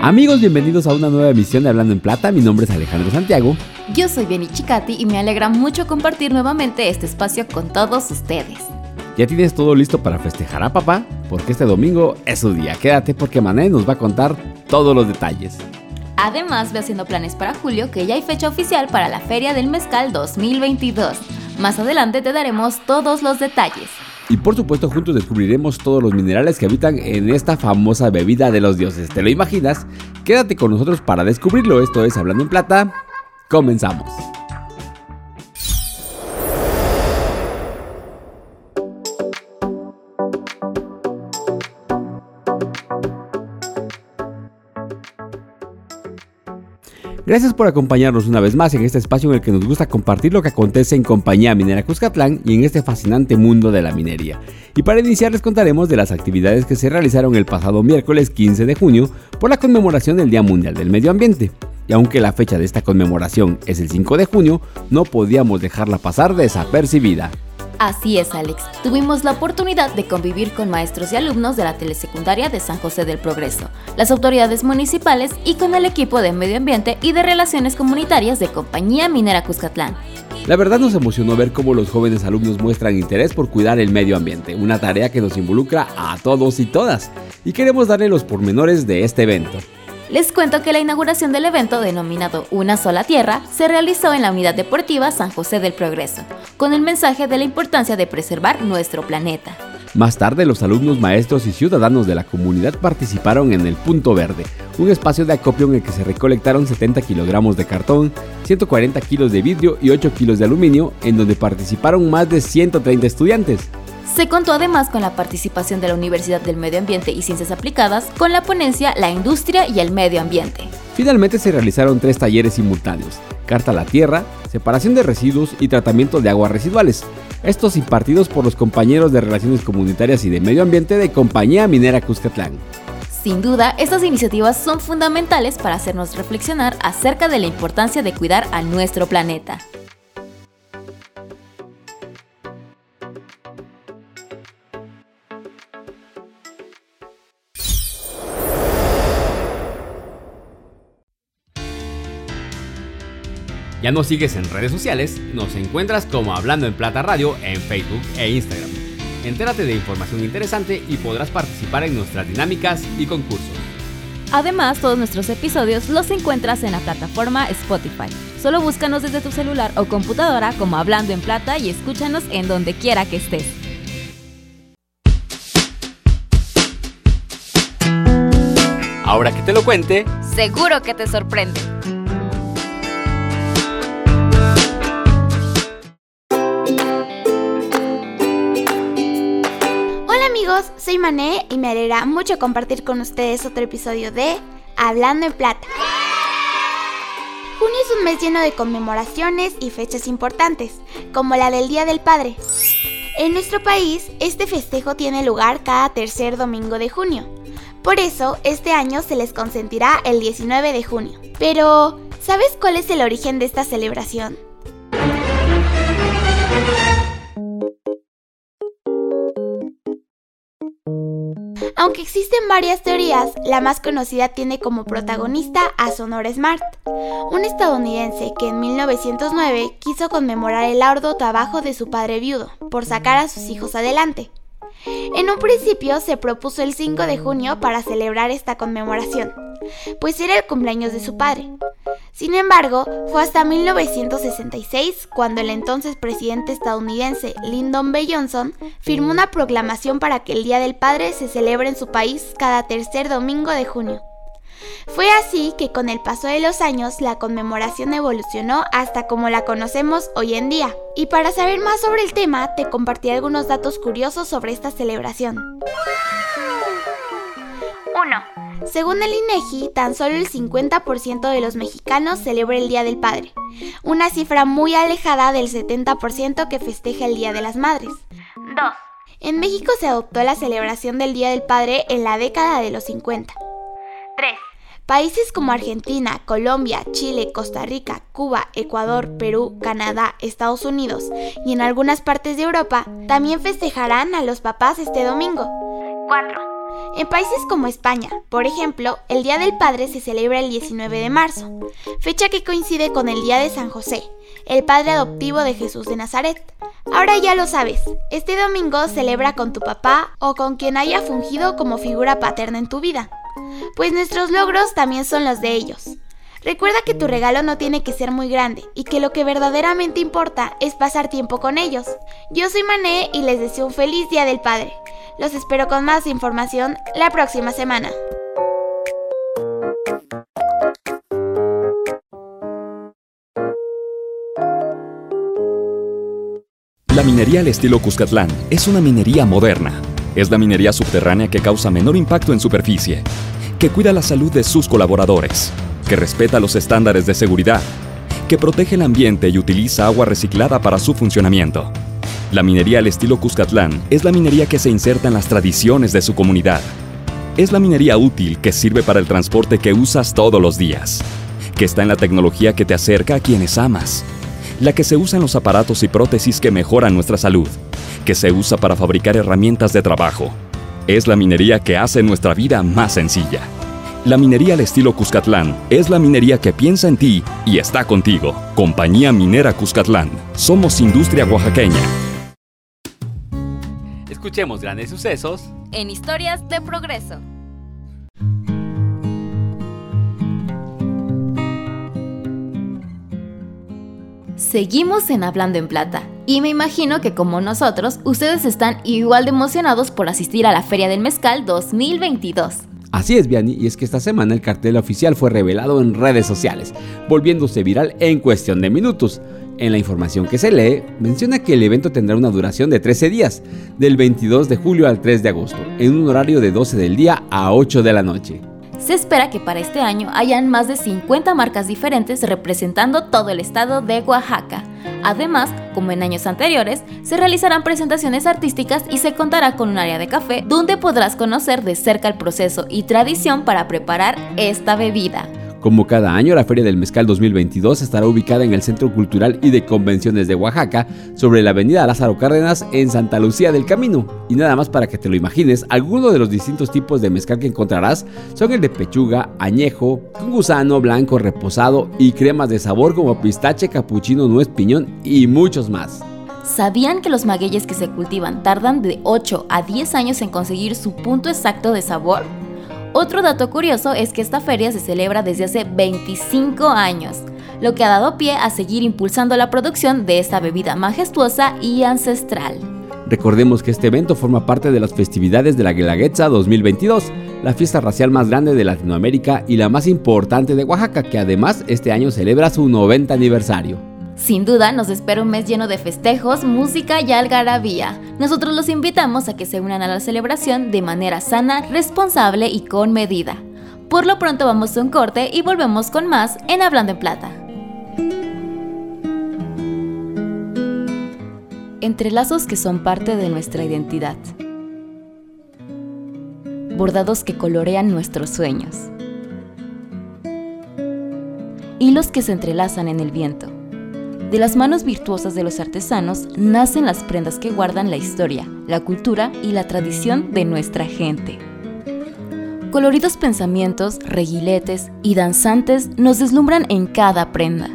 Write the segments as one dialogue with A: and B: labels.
A: Amigos, bienvenidos a una nueva emisión de Hablando en Plata. Mi nombre es Alejandro Santiago.
B: Yo soy Beni Chicati y me alegra mucho compartir nuevamente este espacio con todos ustedes.
A: ¿Ya tienes todo listo para festejar a papá? Porque este domingo es su día. Quédate porque Mané nos va a contar todos los detalles.
B: Además, ve haciendo planes para julio, que ya hay fecha oficial para la Feria del Mezcal 2022. Más adelante te daremos todos los detalles.
A: Y por supuesto, juntos descubriremos todos los minerales que habitan en esta famosa bebida de los dioses. ¿Te lo imaginas? Quédate con nosotros para descubrirlo. Esto es Hablando en Plata. Comenzamos. Gracias por acompañarnos una vez más en este espacio en el que nos gusta compartir lo que acontece en Compañía Minera Cuscatlán y en este fascinante mundo de la minería. Y para iniciar les contaremos de las actividades que se realizaron el pasado miércoles 15 de junio por la conmemoración del Día Mundial del Medio Ambiente. Y aunque la fecha de esta conmemoración es el 5 de junio, no podíamos dejarla pasar desapercibida.
B: Así es, Alex. Tuvimos la oportunidad de convivir con maestros y alumnos de la telesecundaria de San José del Progreso, las autoridades municipales y con el equipo de Medio Ambiente y de Relaciones Comunitarias de Compañía Minera Cuscatlán.
A: La verdad nos emocionó ver cómo los jóvenes alumnos muestran interés por cuidar el medio ambiente, una tarea que nos involucra a todos y todas, y queremos darle los pormenores de este evento.
B: Les cuento que la inauguración del evento denominado Una Sola Tierra se realizó en la Unidad Deportiva San José del Progreso, con el mensaje de la importancia de preservar nuestro planeta.
A: Más tarde, los alumnos, maestros y ciudadanos de la comunidad participaron en el Punto Verde, un espacio de acopio en el que se recolectaron 70 kilogramos de cartón, 140 kilos de vidrio y 8 kilos de aluminio, en donde participaron más de 130 estudiantes.
B: Se contó además con la participación de la Universidad del Medio Ambiente y Ciencias Aplicadas con la ponencia La Industria y el Medio Ambiente.
A: Finalmente se realizaron 3 talleres simultáneos: Carta a la Tierra, Separación de Residuos y Tratamiento de Aguas Residuales. Estos impartidos por los compañeros de Relaciones Comunitarias y de Medio Ambiente de Compañía Minera Cuscatlán.
B: Sin duda, estas iniciativas son fundamentales para hacernos reflexionar acerca de la importancia de cuidar a nuestro planeta.
A: ¿Ya nos sigues en redes sociales? Nos encuentras como Hablando en Plata Radio en Facebook e Instagram. Entérate de información interesante y podrás participar en nuestras dinámicas y concursos.
B: Además, todos nuestros episodios los encuentras en la plataforma Spotify. Solo búscanos desde tu celular o computadora como Hablando en Plata y escúchanos en donde quiera que estés.
A: Ahora que te lo cuente,
B: seguro que te sorprende.
C: Amigos, soy Mané y me alegra mucho compartir con ustedes otro episodio de Hablando en Plata. Junio es un mes lleno de conmemoraciones y fechas importantes, como la del Día del Padre. En nuestro país, este festejo tiene lugar cada tercer domingo de junio. Por eso, este año se les consentirá el 19 de junio. Pero, ¿sabes cuál es el origen de esta celebración? Aunque existen varias teorías, la más conocida tiene como protagonista a Sonora Smart, un estadounidense que en 1909 quiso conmemorar el arduo trabajo de su padre viudo por sacar a sus hijos adelante. En un principio se propuso el 5 de junio para celebrar esta conmemoración, pues era el cumpleaños de su padre. Sin embargo, fue hasta 1966 cuando el entonces presidente estadounidense Lyndon B. Johnson firmó una proclamación para que el Día del Padre se celebre en su país cada tercer domingo de junio. Fue así que con el paso de los años la conmemoración evolucionó hasta como la conocemos hoy en día. Y para saber más sobre el tema, te compartiré algunos datos curiosos sobre esta celebración. 1. Según el INEGI, tan solo el 50% de los mexicanos celebra el Día del Padre, una cifra muy alejada del 70% que festeja el Día de las Madres. 2. En México se adoptó la celebración del Día del Padre en la década de los 50. 3. Países como Argentina, Colombia, Chile, Costa Rica, Cuba, Ecuador, Perú, Canadá, Estados Unidos y en algunas partes de Europa también festejarán a los papás este domingo. 4. En países como España, por ejemplo, el Día del Padre se celebra el 19 de marzo, fecha que coincide con el Día de San José, el padre adoptivo de Jesús de Nazaret. Ahora ya lo sabes, este domingo celebra con tu papá o con quien haya fungido como figura paterna en tu vida, pues nuestros logros también son los de ellos. Recuerda que tu regalo no tiene que ser muy grande y que lo que verdaderamente importa es pasar tiempo con ellos. Yo soy Mané y les deseo un feliz Día del Padre. Los espero con más información la próxima semana.
D: La minería al estilo Cuscatlán es una minería moderna. Es la minería subterránea que causa menor impacto en superficie, que cuida la salud de sus colaboradores, que respeta los estándares de seguridad, que protege el ambiente y utiliza agua reciclada para su funcionamiento. La minería al estilo Cuscatlán es la minería que se inserta en las tradiciones de su comunidad. Es la minería útil que sirve para el transporte que usas todos los días, que está en la tecnología que te acerca a quienes amas, la que se usa en los aparatos y prótesis que mejoran nuestra salud, que se usa para fabricar herramientas de trabajo. Es la minería que hace nuestra vida más sencilla. La minería al estilo Cuscatlán es la minería que piensa en ti y está contigo. Compañía Minera Cuscatlán. Somos industria oaxaqueña.
A: Escuchemos grandes sucesos
B: en Historias de Progreso. Seguimos en Hablando en Plata, y me imagino que como nosotros, ustedes están igual de emocionados por asistir a la Feria del Mezcal 2022.
A: Así es, Vianney, y es que esta semana el cartel oficial fue revelado en redes sociales, volviéndose viral en cuestión de minutos. En la información que se lee, menciona que el evento tendrá una duración de 13 días, del 22 de julio al 3 de agosto, en un horario de 12 del día a 8 de la noche.
B: Se espera que para este año hayan más de 50 marcas diferentes representando todo el estado de Oaxaca. Además, como en años anteriores, se realizarán presentaciones artísticas y se contará con un área de café donde podrás conocer de cerca el proceso y tradición para preparar esta bebida.
A: Como cada año, la Feria del Mezcal 2022 estará ubicada en el Centro Cultural y de Convenciones de Oaxaca, sobre la avenida Lázaro Cárdenas en Santa Lucía del Camino. Y nada más para que te lo imagines, algunos de los distintos tipos de mezcal que encontrarás son el de pechuga, añejo, con gusano, blanco, reposado y cremas de sabor como pistache, capuchino, nuez, piñón y muchos más.
B: ¿Sabían que los magueyes que se cultivan tardan de 8 a 10 años en conseguir su punto exacto de sabor? Otro dato curioso es que esta feria se celebra desde hace 25 años, lo que ha dado pie a seguir impulsando la producción de esta bebida majestuosa y ancestral.
A: Recordemos que este evento forma parte de las festividades de la Guelaguetza 2022, la fiesta racial más grande de Latinoamérica y la más importante de Oaxaca, que además este año celebra su 90 aniversario.
B: Sin duda nos espera un mes lleno de festejos, música y algarabía. Nosotros los invitamos a que se unan a la celebración de manera sana, responsable y con medida. Por lo pronto vamos a un corte y volvemos con más en Hablando en Plata. Entrelazos que son parte de nuestra identidad. Bordados que colorean nuestros sueños. Hilos que se entrelazan en el viento. De las manos virtuosas de los artesanos nacen las prendas que guardan la historia, la cultura y la tradición de nuestra gente. Coloridos pensamientos, reguiletes y danzantes nos deslumbran en cada prenda.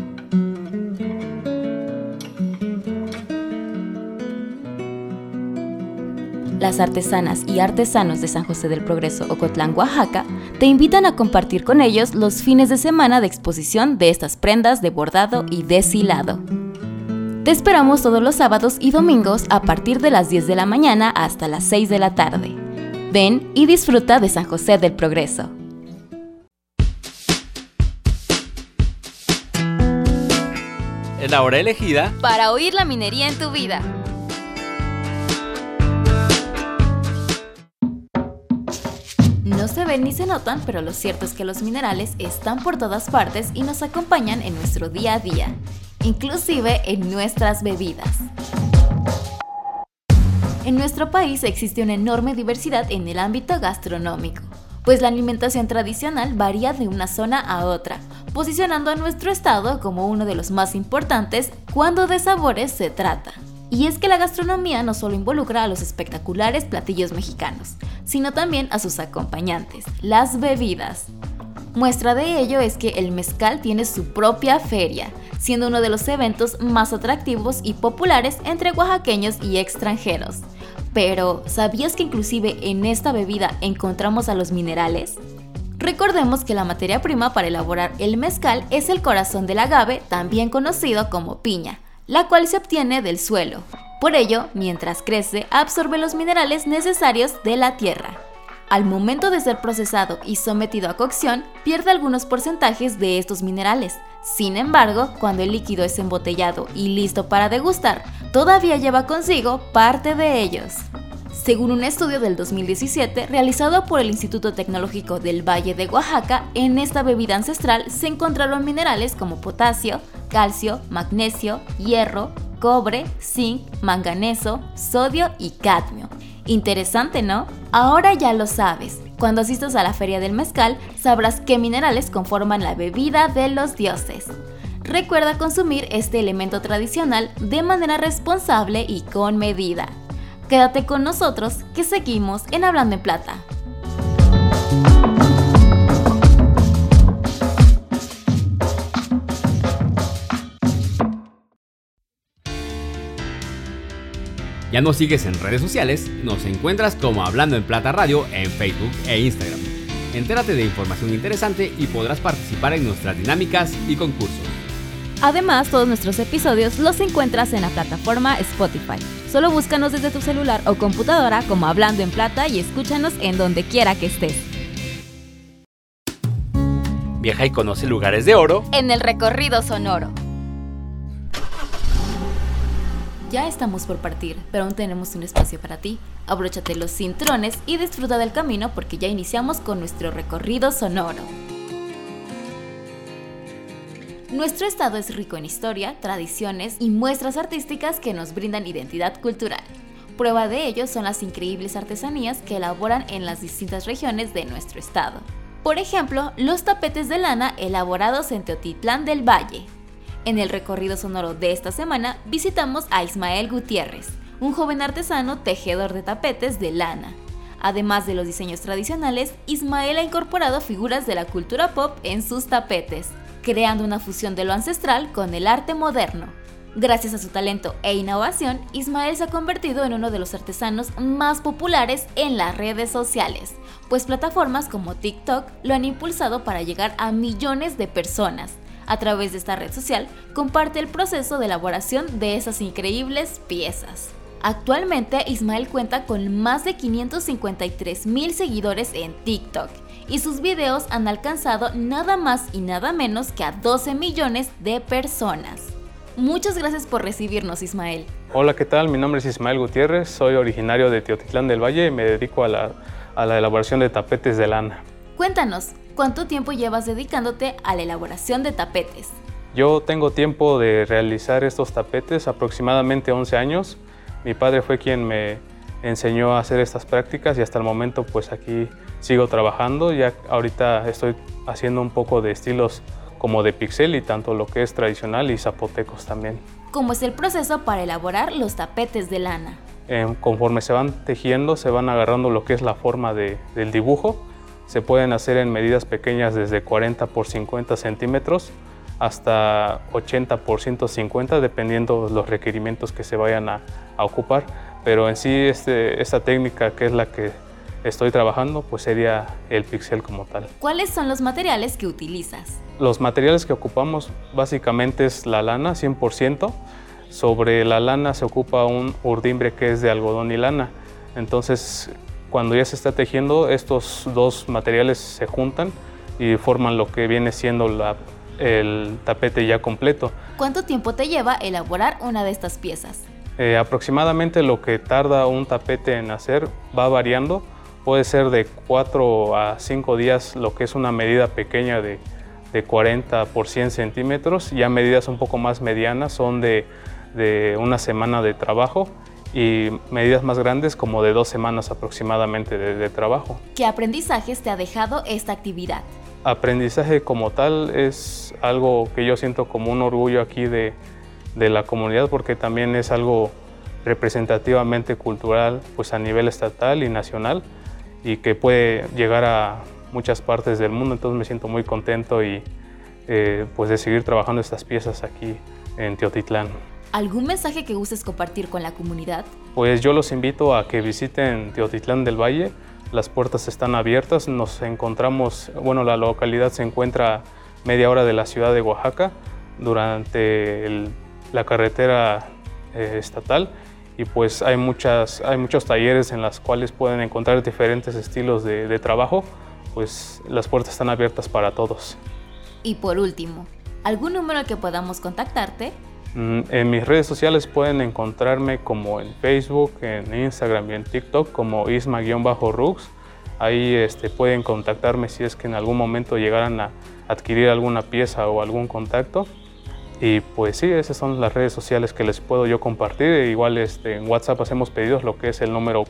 B: Las artesanas y artesanos de San José del Progreso, Ocotlán, Oaxaca, te invitan a compartir con ellos los fines de semana de exposición de estas prendas de bordado y deshilado. Te esperamos todos los sábados y domingos a partir de las 10 de la mañana hasta las 6 de la tarde. Ven y disfruta de San José del Progreso.
A: Es la hora elegida
B: para oír la minería en tu vida. No se ven ni se notan, pero lo cierto es que los minerales están por todas partes y nos acompañan en nuestro día a día, inclusive en nuestras bebidas. En nuestro país existe una enorme diversidad en el ámbito gastronómico, pues la alimentación tradicional varía de una zona a otra, posicionando a nuestro estado como uno de los más importantes cuando de sabores se trata. Y es que la gastronomía no solo involucra a los espectaculares platillos mexicanos, sino también a sus acompañantes, las bebidas. Muestra de ello es que el mezcal tiene su propia feria, siendo uno de los eventos más atractivos y populares entre oaxaqueños y extranjeros. Pero, ¿sabías que inclusive en esta bebida encontramos a los minerales? Recordemos que la materia prima para elaborar el mezcal es el corazón del agave, también conocido como piña, la cual se obtiene del suelo. Por ello, mientras crece, absorbe los minerales necesarios de la tierra. Al momento de ser procesado y sometido a cocción, pierde algunos porcentajes de estos minerales. Sin embargo, cuando el líquido es embotellado y listo para degustar, todavía lleva consigo parte de ellos. Según un estudio del 2017 realizado por el Instituto Tecnológico del Valle de Oaxaca, en esta bebida ancestral se encontraron minerales como potasio, calcio, magnesio, hierro, cobre, zinc, manganeso, sodio y cadmio. Interesante, ¿no? Ahora ya lo sabes. Cuando asistas a la Feria del Mezcal, sabrás qué minerales conforman la bebida de los dioses. Recuerda consumir este elemento tradicional de manera responsable y con medida. Quédate con nosotros, que seguimos en Hablando en Plata.
A: ¿Ya nos sigues en redes sociales? Nos encuentras como Hablando en Plata Radio en Facebook e Instagram. Entérate de información interesante y podrás participar en nuestras dinámicas y concursos.
B: Además, todos nuestros episodios los encuentras en la plataforma Spotify. Solo búscanos desde tu celular o computadora como Hablando en Plata y escúchanos en donde quiera que estés.
A: Viaja y conoce lugares de oro
B: en el recorrido sonoro. Ya estamos por partir, pero aún tenemos un espacio para ti. Abróchate los cinturones y disfruta del camino porque ya iniciamos con nuestro recorrido sonoro. Nuestro estado es rico en historia, tradiciones y muestras artísticas que nos brindan identidad cultural. Prueba de ello son las increíbles artesanías que elaboran en las distintas regiones de nuestro estado. Por ejemplo, los tapetes de lana elaborados en Teotitlán del Valle. En el recorrido sonoro de esta semana visitamos a Ismael Gutiérrez, un joven artesano tejedor de tapetes de lana. Además de los diseños tradicionales, Ismael ha incorporado figuras de la cultura pop en sus tapetes, creando una fusión de lo ancestral con el arte moderno. Gracias a su talento e innovación, Ismael se ha convertido en uno de los artesanos más populares en las redes sociales, pues plataformas como TikTok lo han impulsado para llegar a millones de personas. A través de esta red social, comparte el proceso de elaboración de esas increíbles piezas. Actualmente, Ismael cuenta con más de 553,000 seguidores en TikTok y sus videos han alcanzado nada más y nada menos que a 12 millones de personas. Muchas gracias por recibirnos, Ismael.
E: Hola, ¿qué tal? Mi nombre es Ismael Gutiérrez, soy originario de Teotitlán del Valle y me dedico a la elaboración de tapetes de lana.
B: Cuéntanos, ¿cuánto tiempo llevas dedicándote a la elaboración de tapetes?
E: Yo tengo tiempo de realizar estos tapetes, aproximadamente 11 años. Mi padre fue quien me enseñó a hacer estas prácticas y hasta el momento pues aquí sigo trabajando. Ya ahorita estoy haciendo un poco de estilos como de pixel y tanto lo que es tradicional y zapotecos también.
B: ¿Cómo es el proceso para elaborar los tapetes de lana?
E: Conforme se van tejiendo, se van agarrando lo que es la forma del dibujo. Se pueden hacer en medidas pequeñas desde 40 por 50 centímetros hasta 80 por 150, dependiendo los requerimientos que se vayan a ocupar. Pero en sí, esta técnica, que es la que estoy trabajando, pues sería el pixel como tal.
B: ¿Cuáles son los materiales que utilizas?
E: Los materiales que ocupamos básicamente es la lana, 100%. Sobre la lana se ocupa un urdimbre que es de algodón y lana. Entonces, cuando ya se está tejiendo, estos dos materiales se juntan y forman lo que viene siendo el tapete ya completo.
B: ¿Cuánto tiempo te lleva elaborar una de estas piezas?
E: Aproximadamente lo que tarda un tapete en hacer va variando. Puede ser de 4 a 5 días lo que es una medida pequeña de 40 por 100 centímetros. Ya medidas un poco más medianas son de una semana de trabajo. Y medidas más grandes como de 2 semanas aproximadamente de trabajo.
B: ¿Qué aprendizajes te ha dejado esta actividad?
E: Aprendizaje como tal es algo que yo siento como un orgullo aquí de la comunidad, porque también es algo representativamente cultural pues a nivel estatal y nacional, y que puede llegar a muchas partes del mundo. Entonces me siento muy contento y pues de seguir trabajando estas piezas aquí en Teotitlán.
B: ¿Algún mensaje que gustes compartir con la comunidad?
E: Pues yo los invito a que visiten Teotitlán del Valle. Las puertas están abiertas. Nos encontramos, la localidad se encuentra media hora de la ciudad de Oaxaca, durante la carretera estatal, y pues hay muchos talleres en los cuales pueden encontrar diferentes estilos de trabajo. Pues las puertas están abiertas para todos.
B: Y por último, ¿algún número al que podamos contactarte?
E: En mis redes sociales pueden encontrarme como en Facebook, en Instagram y en TikTok como Isma-Rux. Ahí pueden contactarme si es que en algún momento llegaran a adquirir alguna pieza o algún contacto. Y pues sí, esas son las redes sociales que les puedo yo compartir. Igual en WhatsApp hacemos pedidos, lo que es el número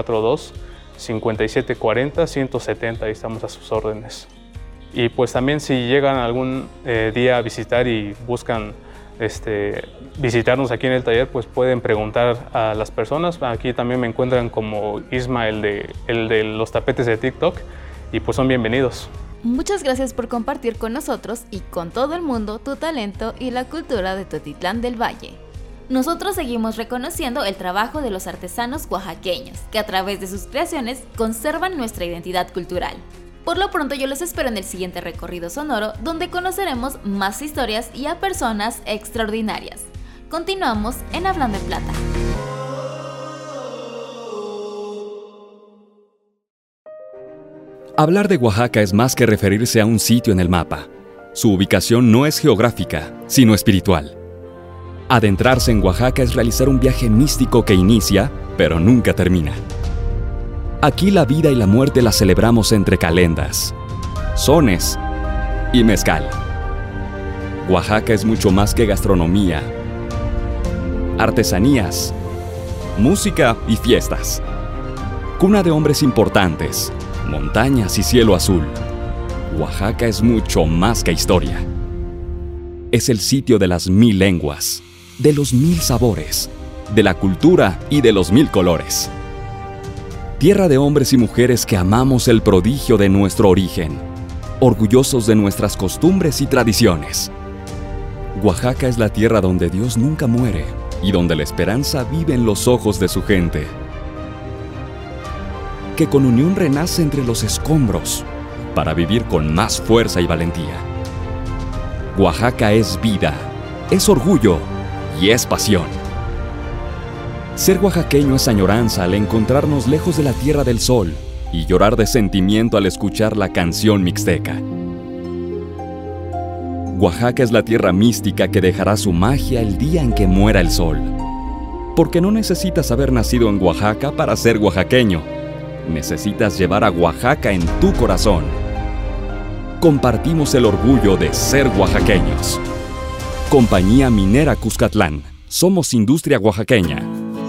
E: 442-5740-170, ahí estamos a sus órdenes. Y pues también si llegan algún día a visitar y buscan visitarnos aquí en el taller, pues pueden preguntar a las personas. Aquí también me encuentran como Isma, el de los tapetes de TikTok, y pues son bienvenidos.
B: Muchas gracias por compartir con nosotros y con todo el mundo tu talento y la cultura de Teotitlán del Valle. Nosotros seguimos reconociendo el trabajo de los artesanos oaxaqueños, que a través de sus creaciones conservan nuestra identidad cultural. Por lo pronto yo los espero en el siguiente recorrido sonoro, donde conoceremos más historias y a personas extraordinarias. Continuamos en Hablando en Plata.
D: Hablar de Oaxaca es más que referirse a un sitio en el mapa. Su ubicación no es geográfica, sino espiritual. Adentrarse en Oaxaca es realizar un viaje místico que inicia, pero nunca termina. Aquí la vida y la muerte la celebramos entre calendas, sones y mezcal. Oaxaca es mucho más que gastronomía, artesanías, música y fiestas. Cuna de hombres importantes, montañas y cielo azul. Oaxaca es mucho más que historia. Es el sitio de las 1000 lenguas, de los 1000 sabores, de la cultura y de los 1000 colores. Tierra de hombres y mujeres que amamos el prodigio de nuestro origen, orgullosos de nuestras costumbres y tradiciones. Oaxaca es la tierra donde Dios nunca muere y donde la esperanza vive en los ojos de su gente, que con unión renace entre los escombros para vivir con más fuerza y valentía. Oaxaca es vida, es orgullo y es pasión. Ser oaxaqueño es añoranza al encontrarnos lejos de la Tierra del Sol y llorar de sentimiento al escuchar la canción mixteca. Oaxaca es la tierra mística que dejará su magia el día en que muera el sol. Porque no necesitas haber nacido en Oaxaca para ser oaxaqueño. Necesitas llevar a Oaxaca en tu corazón. Compartimos el orgullo de ser oaxaqueños. Compañía Minera Cuscatlán. Somos industria oaxaqueña.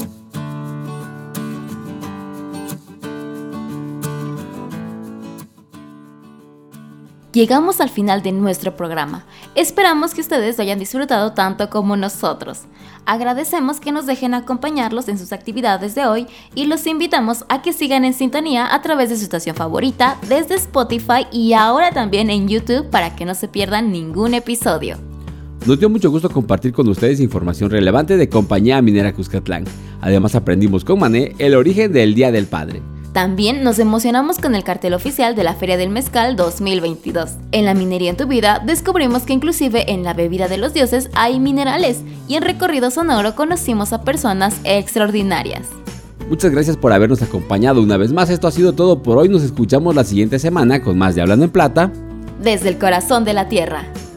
B: Llegamos al final de nuestro programa. Esperamos que ustedes lo hayan disfrutado tanto como nosotros. Agradecemos que nos dejen acompañarlos en sus actividades de hoy y los invitamos a que sigan en sintonía a través de su estación favorita, desde Spotify y ahora también en YouTube para que no se pierdan ningún episodio.
A: Nos dio mucho gusto compartir con ustedes información relevante de Compañía Minera Cuscatlán. Además aprendimos con Mané el origen del Día del Padre.
B: También nos emocionamos con el cartel oficial de la Feria del Mezcal 2022. En La Minería en tu Vida descubrimos que inclusive en la bebida de los dioses hay minerales y en Recorrido Sonoro conocimos a personas extraordinarias.
A: Muchas gracias por habernos acompañado una vez más. Esto ha sido todo por hoy. Nos escuchamos la siguiente semana con más de Hablando en Plata.
B: Desde el corazón de la tierra.